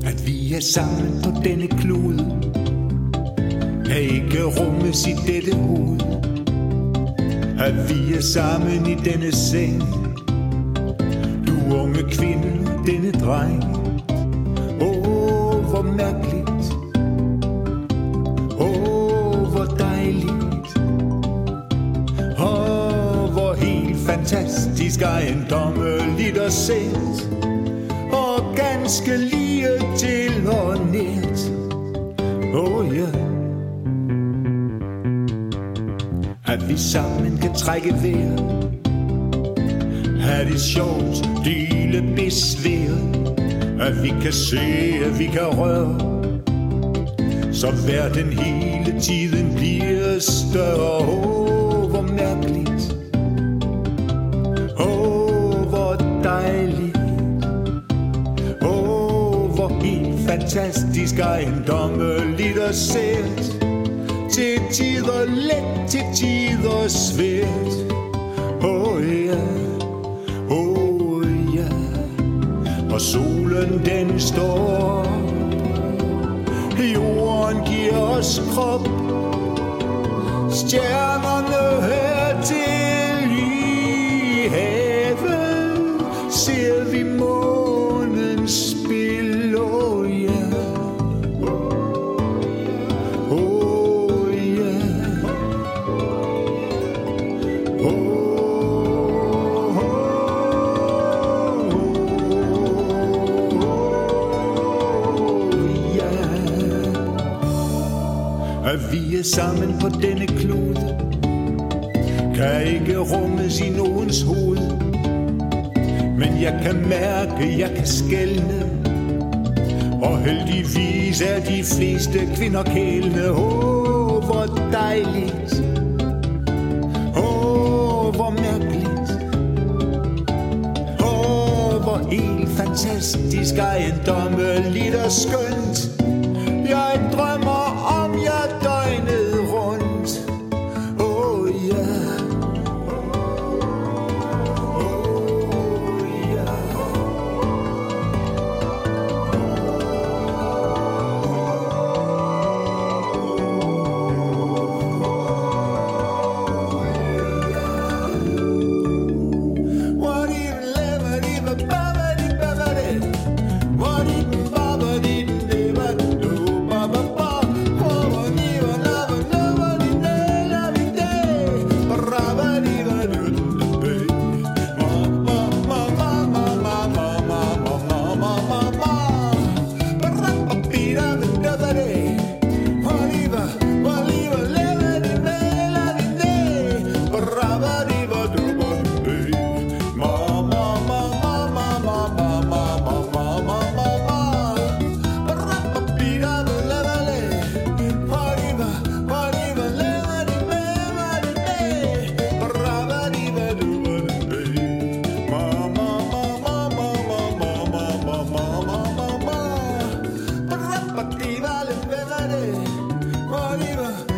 At vi er sammen på denne klode kan ikke rummes i dette hoved. At vi er sammen i denne seng, du unge kvinde, denne dreng. Hvor mærkeligt, hvor dejligt, hvor helt fantastisk ejendommeligt og sæt, og ganske lige til og net. At vi sammen kan trække vejret, have det sjovt, dele besværet. At vi kan se, at vi kan røre, så verden hele tiden bliver større. Hvor mærkeligt, hvor dejligt, hvor helt fantastisk ejendommeligt og sæt. Til tider let, til tider svært. Og solen den står, jorden giver os krop, stjernerne her til i havet, ser vi månen spille. At vi er sammen på denne klode kan ikke rummes i nogens hoved. Men jeg kan mærke, jeg kan skelne, og heldigvis er de fleste kvinder kælende. Hvor dejligt, hvor mærkeligt, hvor helt fantastisk ejendommeligt og skønt. Jeg drømmer om jer døgnet rundt. Oliver.